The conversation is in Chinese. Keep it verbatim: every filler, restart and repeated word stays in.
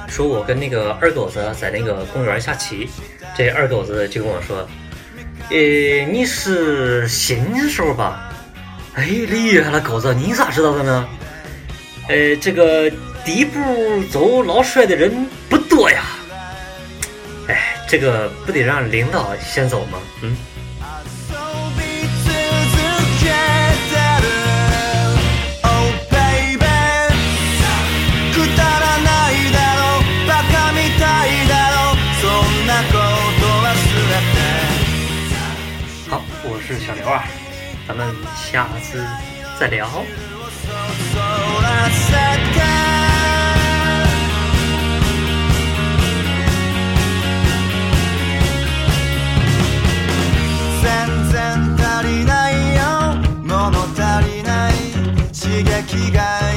说我跟那个二狗子在那个公园下棋，这二狗子就跟我说，呃，你是新手吧？哎，厉害了，狗子，你咋知道的呢？呃，这个第一步走老帅的人不多呀。哎，这个不得让领导先走吗？嗯。好，我是小刘啊，咱们下次再聊。 全然足りないよ物足りない刺激が